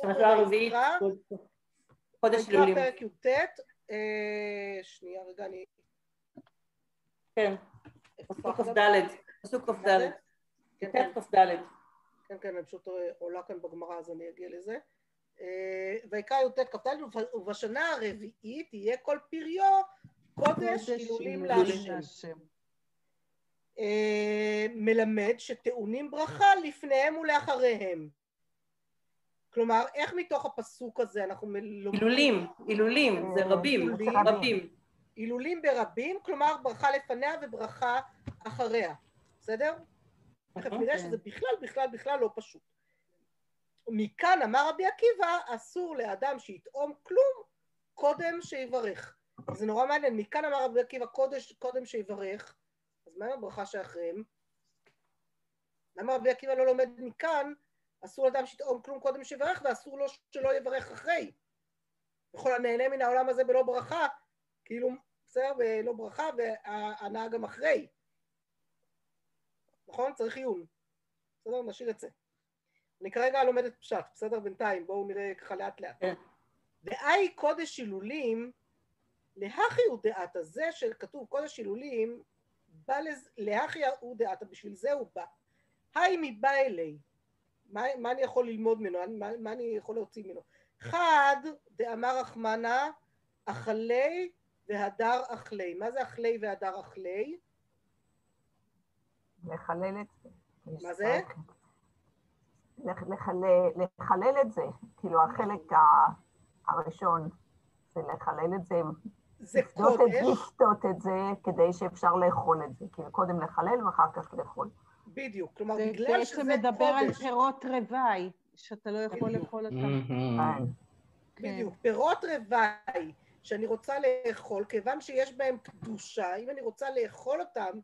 קודש הילולים. פרק י"ט, שנייה רגע, אני... כן. פסוק כ"ד, פסוק כ"ד. כן, כ"ד. כן, כן, אני פשוט עולה כאן בגמרא, אז אני אגיע לזה. ויקרא י"ט כ"ד, ובשנה הרביעית יהיה כל פריו קודש הילולים להשם. מלמד שטעונים ברכה לפניהם ולאחריהם. כלומר, איך מתוך הפסוק הזה אנחנו הילולים, הילולים, זה רבים, רבים. הילולים ברבים, כלומר ברכה לפניה וברכה אחריה, בסדר? תכף נראה שזה בכלל לא פשוט. ומכאן אמר רבי עקיבא, אסור לאדם שיטעום כלום קודם שיברך. זה נורא מעניין, מכאן אמר רבי עקיבא קודם שיברך, אז מה עם הברכה שאחריהם? למה רבי עקיבא לא לומד מכאן, אסור לאדם שיטעום כלום קודם שיברך, ואסור לו שלא יברך אחרי. וכל הנהנה מן העולם הזה בלא ברכה, כאילו, בסדר, ולא ברכה, והנאה גם אחרי. נכון? צריך עיון. בסדר? נשאיר את זה. אני כרגע לומדת פשט, בסדר? בינתיים, בואו נראה ככה לאט לאט. דאי קודש הילולים, להכי הוא דעת הזה שכתוב קודש הילולים, להכי הוא דעת, בשביל זה הוא בא. היי מבא אלי, מה אני יכול ללמוד ממנו? מה אני יכול להוציא ממנו? חד, דאמר רחמנה, אכלי והדר אכלי. מה זה אכלי והדר אכלי? לחלל את זה. מה זה? לחלל את זה. כאילו החלק הראשון זה לחלל את זה. זה קודש. לפתות את זה כדי שאפשר לאכול את זה. כאילו קודם לחלל ואחר כך לאכול. בדיוק. כלומר, בגלל שזה קודש. זה מדבר על פירות רווי, שאתה לא יכול לאכול אותם. בדיוק. פירות רווי. שאני רוצה לאכול, כיוון שיש בהם קדושה, אם אני רוצה לאכול אותם,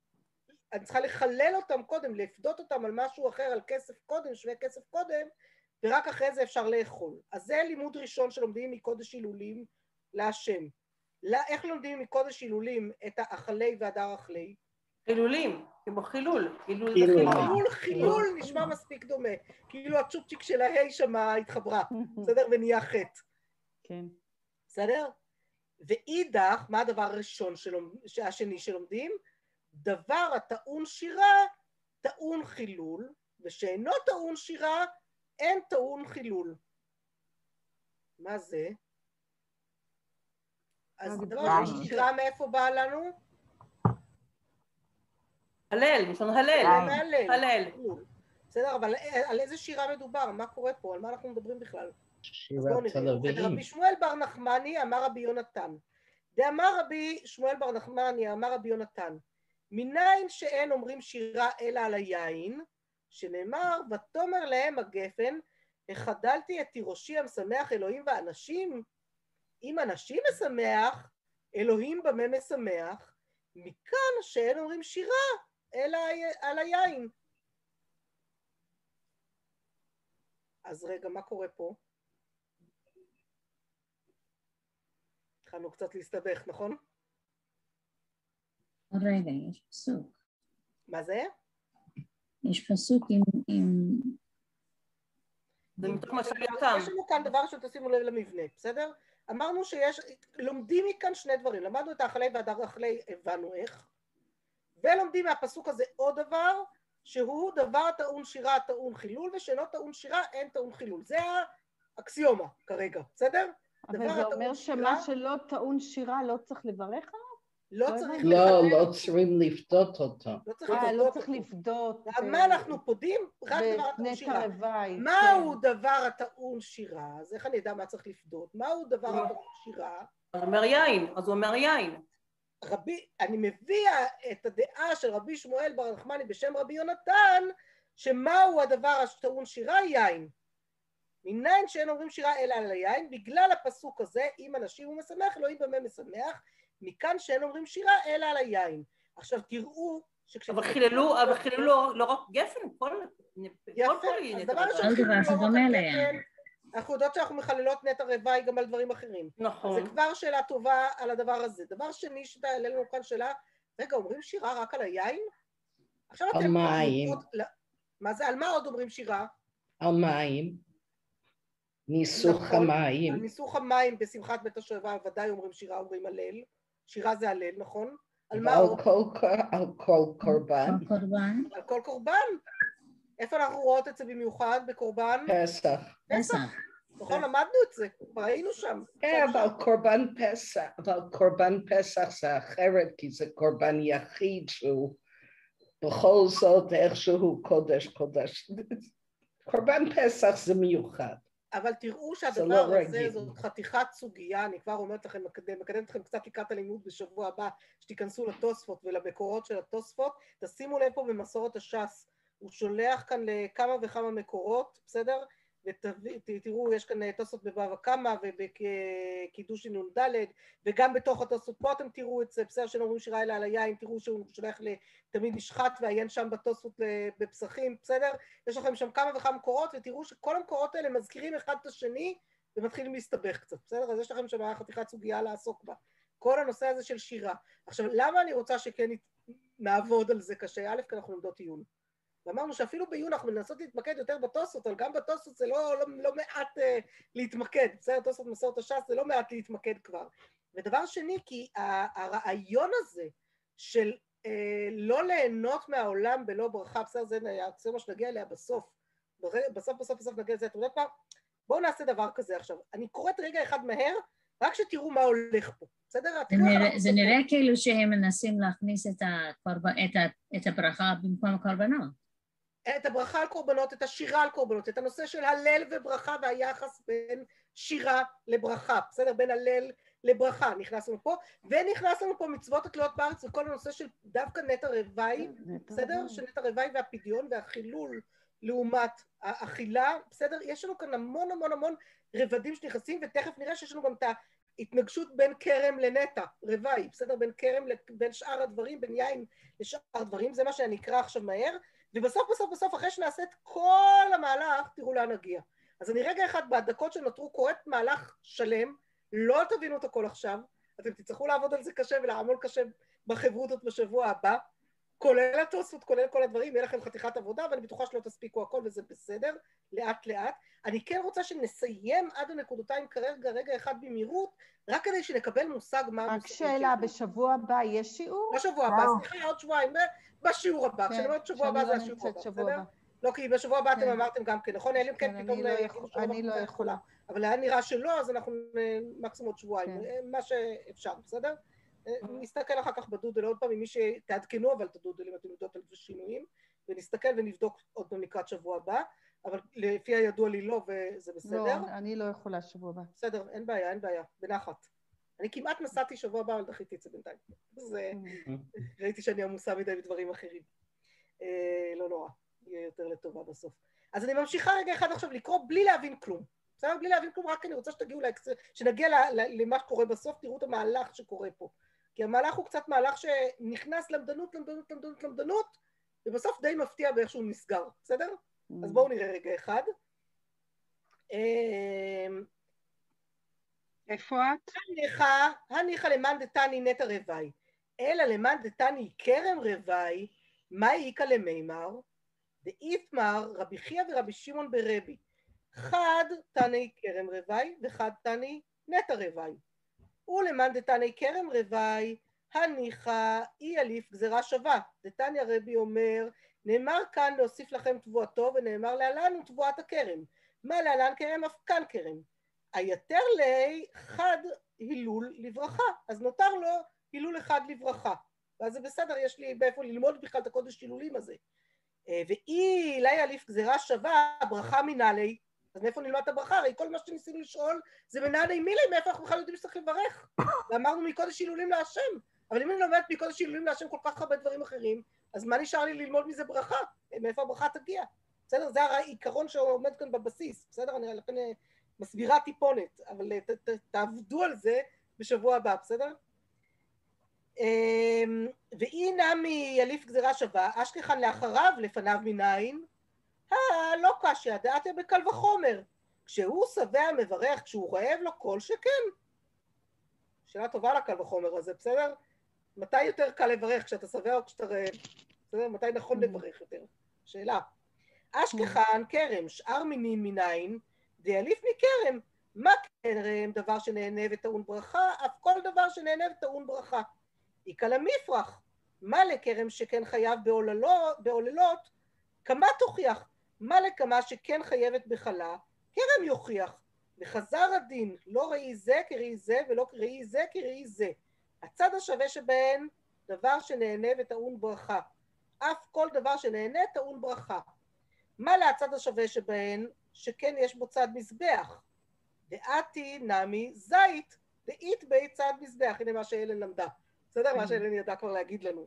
ואני צריכה לחלל אותם קודם, לפדות אותם על משהו אחר, על כסף קודם, שווה כסף קודם, ורק אחרי זה אפשר לאכול. אז זה לימוד ראשון שלומדים מקודש הילולים להשם. איך לומדים מקודש הילולים את האכלי והדר אכלי? חילולים, כמו חילול. חילול נשמע מספיק דומה. כאילו הצ'ופצ'יק של ההי שמה התחברה, בסדר? ונהיה חטא. כן. בסדר? ואידך, מה הדבר הראשון השני שלומדים? דבר הטעון שירה, טעון חילול, ושאינו טעון שירה, אין טעון חילול. מה זה? אז דבר של שירה מאיפה בא לנו? הלל, משון הלל. הלל. בסדר, אבל על איזה שירה מדובר? מה קורה פה? על מה אנחנו מדברים בכלל? שירת הלוויים. רבי שמואל בר נחמני אמר רבי יונתן. דאמר רבי שמואל בר נחמני אמר רבי יונתן. מניין שאין אומרים שירה אלא על היין, שנאמר, ותאמר להם הגפן, החדלתי את תירושי המשמח אלוהים ואנשים, אם אנשים משמח, אלוהים במה משמח, מכאן שאין אומרים שירה אלא על היין. אז רגע, מה קורה פה? התחלנו קצת להסתבך, נכון? רגע, יש פסוק. מה זה? יש פסוק עם... זה מתוך משלתם. יש לנו כאן דבר שתשימו לב למבנה, בסדר? אמרנו שיש, לומדים מכאן שני דברים, למדנו את האכלי והדר אכלי, הבנו איך, ולומדים מהפסוק הזה עוד דבר, שהוא דבר טעון שירה, טעון חילול, ושאינו טעון שירה, אין טעון חילול. זה האקסיומה כרגע, בסדר? אבל זה אומר שמה שלא טעון שירה לא צריך לברך עליו? לא צריך לא צריכים לפדות אותו. לא צריך לפדות. מה אנחנו פודים? רק דבר הטעון שירה. מהו דבר הטעון שירה? אז איך אני יודע מה צריך לפדות? מהו דבר הטעון שירה? אז הוא אומר יין. אני מביא את הדעה של רבי שמואל בר נחמני בשם רבי יונתן, שמהו הדבר הטעון שירה? יין. מניין שאין אומרים שירה אלא על היין, בגלל הפסוק הזה, אם אנשים הוא משמח, אלוהים במה משמח, מכאן שאין אומרים שירה אלא על היין. עכשיו תראו אבל חיללו לא רק גפן, כל אז דבר ראשון חיללו לא רק גפן, אנחנו יודעות שאנחנו מחללות נטע רווי גם על דברים אחרים. נכון. זה כבר שאלה טובה על הדבר הזה. דבר שני שתעלה לנו כאן שאלה, רגע, אומרים שירה רק על היין? על מים. מה זה? על מה עוד אומרים שירה? על מים. ניסוך המים. על ניסוך המים בשמחת בית השואבה, ודאי אומרים שירה, אומרים הלל. שירה זה הלל, נכון? על מה עוד? על כל קורבן. על כל קורבן? איפה אנחנו רואות את זה במיוחד בקורבן? פסח. נכון, למדנו את זה, כבר היינו שם. כן, אבל קורבן פסח זה אחרת, כי זה קורבן יחיד שהוא בכל זאת איכשהו קודש. קורבן פסח זה מיוחד. אבל תראו שהדבר הזה זאת חתיכת סוגיה, אני כבר אומרת לכם, מקדמת אתכם קצת לקראת הלימוד בשבוע הבא, שתיכנסו לתוספות ולמקורות של התוספות, תשימו לב פה במסורת הש"ס, הוא שולח כאן לכמה וכמה מקורות, בסדר? ותראו, יש כאן תוספות בבבא קמא ובקידושין נ"ד, וגם בתוך התוספות פה אתם תראו את זה, בסדר שאין אומרים שירה אלא על היין, תראו שהוא שולח לתמיד נשחט ועיין שם בתוספות בפסחים, בסדר? יש לכם שם כמה וכמה מקורות, ותראו שכל המקורות האלה מזכירים אחד את השני, ומתחילים להסתבך קצת, בסדר? אז יש לכם שם חתיכת סוגיה לעסוק בה. כל הנושא הזה של שירה. עכשיו, למה אני רוצה שכן נעבוד על זה קשה? א', כי אנחנו לומדות עיון. ואמרנו שאפילו בעיון אנחנו מנסות להתמקד יותר בתוספות, אבל גם בתוספות זה לא מעט להתמקד, בסדר, תוספות מסורת הש"ס זה לא מעט להתמקד כבר. ודבר שני, כי הרעיון הזה של לא ליהנות מהעולם בלא ברכה, בסדר, זה מה שנגיע אליה בסוף, בסוף נגיע לזה, אתם יודעת מה? בואו נעשה דבר כזה עכשיו. אני קוראת רגע אחד מהר, רק שתראו מה הולך פה, בסדר? זה נראה כאילו שהם מנסים להכניס את הברכה במקום הקורבנות. את הברכה על קורבנות, את השירה על קורבנות, את הנושא של הלל וברכה והיחס בין שירה לברכה, בסדר? בין הלל לברכה, נכנס לנו פה, ונכנס לנו פה מצוות התלויות בארץ וכל הנושא של דווקא נטע רווי, בסדר? של נטע רווי והפדיון והחילול לעומת האכילה, בסדר? יש לנו כאן המון רבדים שנכנסים, ותכף נראה שיש לנו גם את ההתנגשות בין כרם לנטע רווי, בסדר? בין כרם לבין שאר הדברים, בין יין לשאר הדברים, זה מה שאני אקרא עכשיו מהר, ובסוף אחרי שנעשה את כל המהלך, תראו לאן נגיע. אז אני רגע אחד בדקות שנותרו קוראת מהלך שלם, לא תבינו את הכל עכשיו, אתם תצטרכו לעבוד על זה קשה ולעמול קשה בחברותות בשבוע הבא, כולל התוספות, כולל כל הדברים, יהיה לכם חתיכת עבודה, ואני בטוחה שלא תספיקו הכל וזה בסדר, לאט לאט. אני כן רוצה שנסיים עד הנקודותיים כרגע, רגע אחד במהירות, רק כדי שנקבל מושג מה... רק שאלה, בשבוע הבא יש שיעור? בשבוע הבא, סליחה, עוד שבועיים, בשיעור הבא, כשאני אומרת שבוע הבא זה השיעור הבא, בסדר? לא, כי בשבוע הבא אתם אמרתם גם כן, נכון? אלא כן, פתאום... אני לא יכולה. אבל היה נראה שלא, אז אנחנו מקסימום עוד שבועיים, מה שאפשר, בסדר? נסתכל אחר כך בדודל עוד פעם, עם מי שתעדכנו אבל את הדודל אם אתם יודעות על שינויים, ונסתכל ונבדוק עוד פעם לקראת שבוע הבא, אבל לפי הידוע לי לא, וזה בסדר. לא, אני לא יכולה שבוע הבא. בסדר, אין בעיה, אין בעיה, בנחת. אני כמעט נסעתי שבוע הבא, אבל דחיתי את זה בינתיים. אז ראיתי שאני עמוסה מדי בדברים אחרים. לא נורא, יהיה יותר לטובה בסוף. אז אני ממשיכה רגע אחד עכשיו לקרוא בלי להבין כלום. בסדר? בלי להבין כלום, רק אני רוצה שתגיעו שנגיע למה שקורה בסוף, תראו את המהלך שקורה פה. כי המהלך הוא קצת מהלך שנכנס למדנות, ובסוף די מפתיע באיך שהוא נסגר, בסדר? אז בואו נראה רגע אחד. איפה את? הניחה למאן דתני נטע רבעי, אלא למאן דתני כרם רבעי, מה איקא למימר? דאיתמר רבי חייא ורבי שמעון ברבי, חד תני כרם רבעי וחד תני נטע רבעי. ולמאן דתני כרם רבעי, הניחה אי אליף גזירה שווה. דתניא רבי אומר, נאמר כאן להוסיף לכם תבואתו, ונאמר להלן ותבואת הכרם. מה להלן כרם אף כאן כרם. היתר לי חד הילול לברכה, אז נותר לו הילול אחד לברכה. ואז זה בסדר, יש לי באיפה ללמוד בכלל את הקודש הילולים הזה. ואי אלי אליף גזירה שווה, ברכה מנהלי, אז מאיפה נלמד את הברכה? הרי כל מה שניסינו לשאול זה מנהלי מילי, מאיפה אנחנו בכלל יודעים שצריך לברך? ואמרנו מקודש הילולים להשם, אבל אם אני לומדת מקודש הילולים להשם כל כך הרבה דברים אחרים, אז מה נשאר לי ללמוד מזה ברכה? מאיפה הברכה תגיע? בסדר? זה העיקרון שעומד כאן בבסיס, בסדר? אני לכן מסבירה טיפונת, אבל תעבדו על זה בשבוע הבא, בסדר? ואי נמי יליף גזירה שווה, אשכחן לאחריו לפניו מניין, לא קשיא, דעתיה בקל וחומר, כשהוא שבע מברך, כשהוא רעב לו כל שכן. שאלה טובה לקל וחומר הזה, בסדר? מתי יותר קל לברך, כשאתה שבע או כשאתה רעב? בסדר? מתי נכון לברך יותר? שאלה. אשכחן כרם, שאר מינים מניין, דיאליף מכרם, מה כרם? דבר שנהנה וטעון ברכה, אף כל דבר שנהנה וטעון ברכה. איקא למפרח, מה לכרם שכן חייב בעוללות, כמה תוכיח, מה לכמה שכן חייבת בחלה, כרם יוכיח, וחזר הדין, לא ראי זה כראי זה ולא ראי זה כראי זה. הצד השווה שבהן, דבר שנהנה וטעון ברכה, אף כל דבר שנהנה טעון ברכה. מה להצד השווה שבהן, שכן יש בו צד מזבח? דעתי נמי זית, דאית בי צד מזבח, הנה מה שאלן למדה, בסדר? מה שאלן ידע כבר להגיד לנו.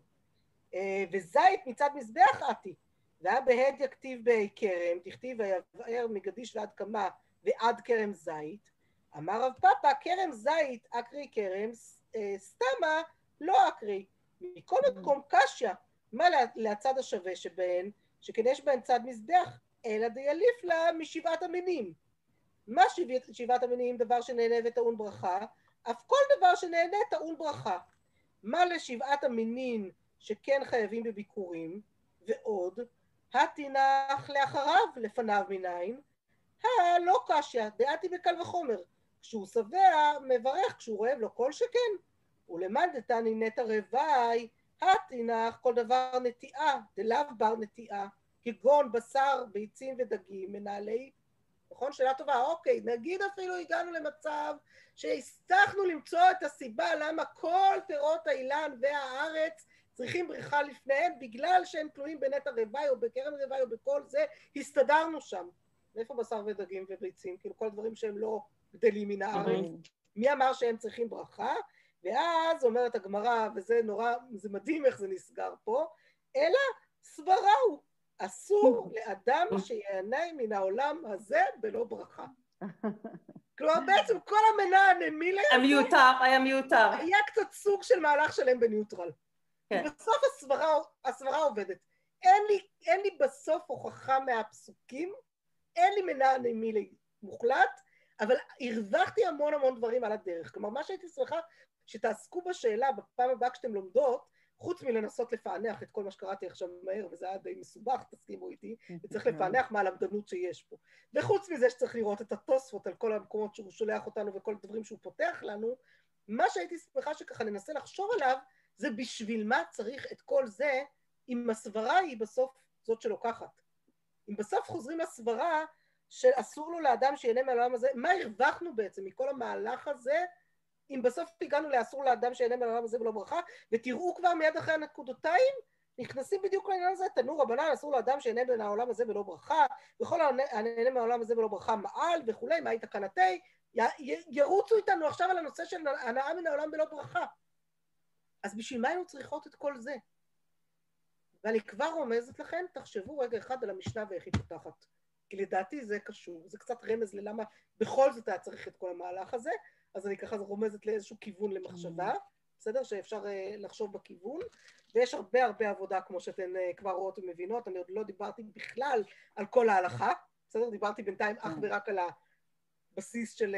וזית מצד מזבח עתי, והיה בהד יכתיב בי כרם, תכתיב ויבאר מגדיש ועד קמה ועד כרם זית, אמר רב פאפא, כרם זית אקרי כרם, סתמה לא אקרי, מכל מקום קשיא, מה להצד השווה שבהן, שכן יש בהן צד מזבח, אלא דיאליף לה משבעת המינים. מה שבעת המינים? דבר שנהנה וטעון ברכה, אף כל דבר שנהנה טעון ברכה. מה לשבעת המינים שכן חייבים בביקורים, ועוד, התינח לאחריו לפניו מניין, לא קשיא, דעתי בקל וחומר, כשהוא שבע מברך, כשהוא רעב לו כל שכן, ולמאן דתני נטע רבעי, התינח כל דבר נטיעה, דלאו בר נטיעה, כגון בשר, ביצים ודגים, מנהלי, נכון? שאלה טובה, אוקיי, נגיד אפילו הגענו למצב שהצלחנו למצוא את הסיבה למה כל פירות האילן והארץ צריכים בריכה לפניהם, בגלל שהם תלויים בנטע רבעי או בכרם רבעי או בכל זה, הסתדרנו שם. מאיפה בשר ודגים וביצים? כאילו כל הדברים שהם לא גדלים מן הארץ. מי אמר שהם צריכים ברכה? ואז אומרת הגמרא, וזה נורא, זה מדהים איך זה נסגר פה, אלא סבראו, אסור לאדם שיהנה מן העולם הזה בלא ברכה. כלומר בעצם כל המנה הנמילה היה מיותר. היה קצת סוג של מהלך שלם בניוטרל. בסוף הסברה עובדת. אין לי בסוף הוכחה מהפסוקים, אין לי מנה הנמילה מוחלט, אבל הרווחתי המון המון דברים על הדרך. כלומר, מה שהייתי שמחה שתעסקו בשאלה בפעם הבאה כשאתם לומדות, חוץ מלנסות לפענח את כל מה שקראתי עכשיו מהר, וזה היה די מסובך, תסכימו איתי, וצריך לפענח מה הלמדנות שיש פה. וחוץ מזה שצריך לראות את התוספות על כל המקומות שהוא שולח אותנו וכל הדברים שהוא פותח לנו, מה שהייתי שמחה שככה ננסה לחשוב עליו, זה בשביל מה צריך את כל זה, אם הסברה היא בסוף זאת שלוקחת. אם בסוף חוזרים לסברה שאסור לו לאדם שיהנה מהעולם הזה, מה הרווחנו בעצם מכל המהלך הזה, אם בסוף הגענו לאסור לאדם שיהנה מהעולם הזה ולא ברכה, ותראו כבר מיד אחרי הנקודותיים, נכנסים בדיוק לעניין הזה, תנו רבנן, אסור לאדם שיהנה מהעולם הזה ולא ברכה, וכל הנהנה מהעולם הזה ולא ברכה מעל וכולי, מה היא תקנתי, ירוצו איתנו עכשיו על הנושא של הנאה מן העולם ולא ברכה. אז בשביל מה היינו צריכות את כל זה? ואני כבר רומזת לכם, תחשבו רגע אחד על המשנה ואיך היא פותחת. כי לדעתי זה קשור, זה קצת רמז ללמה בכל זאת היה צריך את כל המהלך הזה, אז אני ככה רומזת לאיזשהו כיוון למחשבה, בסדר? שאפשר לחשוב בכיוון, ויש הרבה הרבה עבודה כמו שאתן כבר רואות ומבינות, אני עוד לא דיברתי בכלל על כל ההלכה, בסדר? דיברתי בינתיים אך ורק על הבסיס של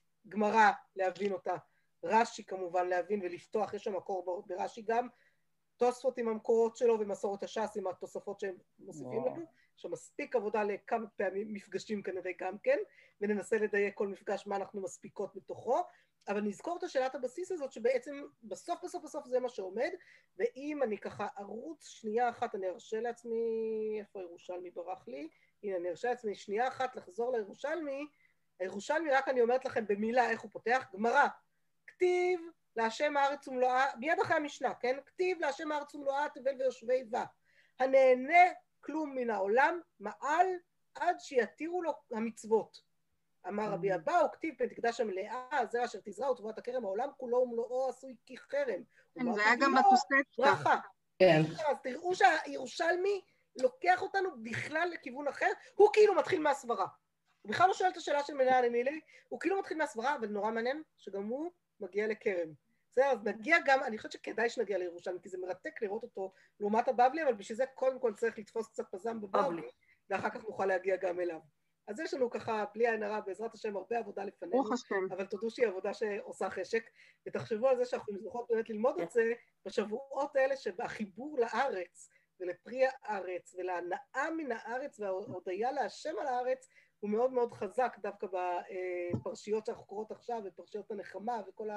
גמרא להבין אותה, רש"י כמובן להבין ולפתוח, יש שם מקור ברש"י גם, תוספות עם המקורות שלו ומסורת הש"ס עם התוספות שהם מוסיפים לנו, יש שם מספיק עבודה לכמה פעמים מפגשים כנראה גם כן, וננסה לדייק כל מפגש מה אנחנו מספיקות בתוכו, אבל נזכור את השאלת הבסיס הזאת שבעצם בסוף בסוף בסוף זה מה שעומד, ואם אני ככה ארוץ שנייה אחת, אני ארשה לעצמי, איפה הירושלמי ברח לי? הנה אני ארשה לעצמי שנייה אחת לחזור לירושלמי, הירושלמי רק אני אומרת לכם במילה איך הוא פותח, גמרא, כתיב להשם הארץ ומלואה, מיד אחרי המשנה, כן? כתיב להשם הארץ ומלואה תבל ויושבי בה, הנהנה כלום מן העולם מעל עד שיתירו לו המצוות. אמר רבי אבאו, כתיב פן תקדש המלאה, זרע אשר תזרע ותבואת הכרם, העולם כולו ומלואו עשוי כחרם. זה היה גם בתוספתא. ברכה. כן. אז תראו שהירושלמי לוקח אותנו בכלל לכיוון אחר, הוא כאילו מתחיל מהסברה. הוא בכלל לא שואל את השאלה של מנהל אמילי, הוא כאילו מתחיל מהסברה, אבל נורא מעניין שגם הוא מגיע לכרם. בסדר, אז נגיע גם, אני חושבת שכדאי שנגיע לירושלמי, כי זה מרתק לראות אותו לעומת הבבלי, אבל בשביל זה קודם כל צריך לתפוס קצת פזם בבבלי, ואחר כך נוכל להגיע גם אליו. אז יש לנו ככה, בלי עין הרע, בעזרת השם, הרבה עבודה לפנינו, אבל תודו שהיא עבודה שעושה חשק, ותחשבו על זה שאנחנו נזוכות באמת ללמוד את זה בשבועות האלה שבחיבור לארץ, ולפרי הארץ, ולהנאה מן הארץ, וההודיה להשם על הארץ, הוא מאוד מאוד חזק דווקא בפרשיות שאנחנו קוראות עכשיו, ופרשיות הנחמה וכל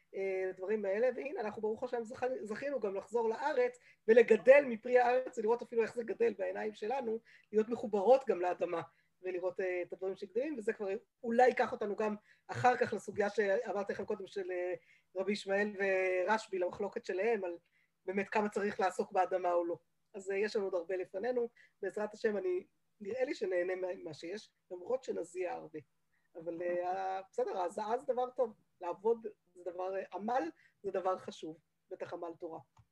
הדברים האלה, והנה אנחנו ברוך השם זכינו גם לחזור לארץ ולגדל מפרי הארץ, ולראות אפילו איך זה גדל בעיניים שלנו, להיות מחוברות גם לאדמה ולראות את הדברים שגדלים, וזה כבר אולי ייקח אותנו גם אחר כך לסוגיה שאמרתי לכם קודם של רבי ישמעאל ורשב"י, למחלוקת שלהם על באמת כמה צריך לעסוק באדמה או לא. אז יש לנו עוד הרבה לפנינו, בעזרת השם נראה לי שנהנה מה שיש, למרות שנזיע הרבה. אבל בסדר, ההזעה זה דבר טוב, לעבוד זה דבר, עמל זה דבר חשוב, בטח עמל תורה.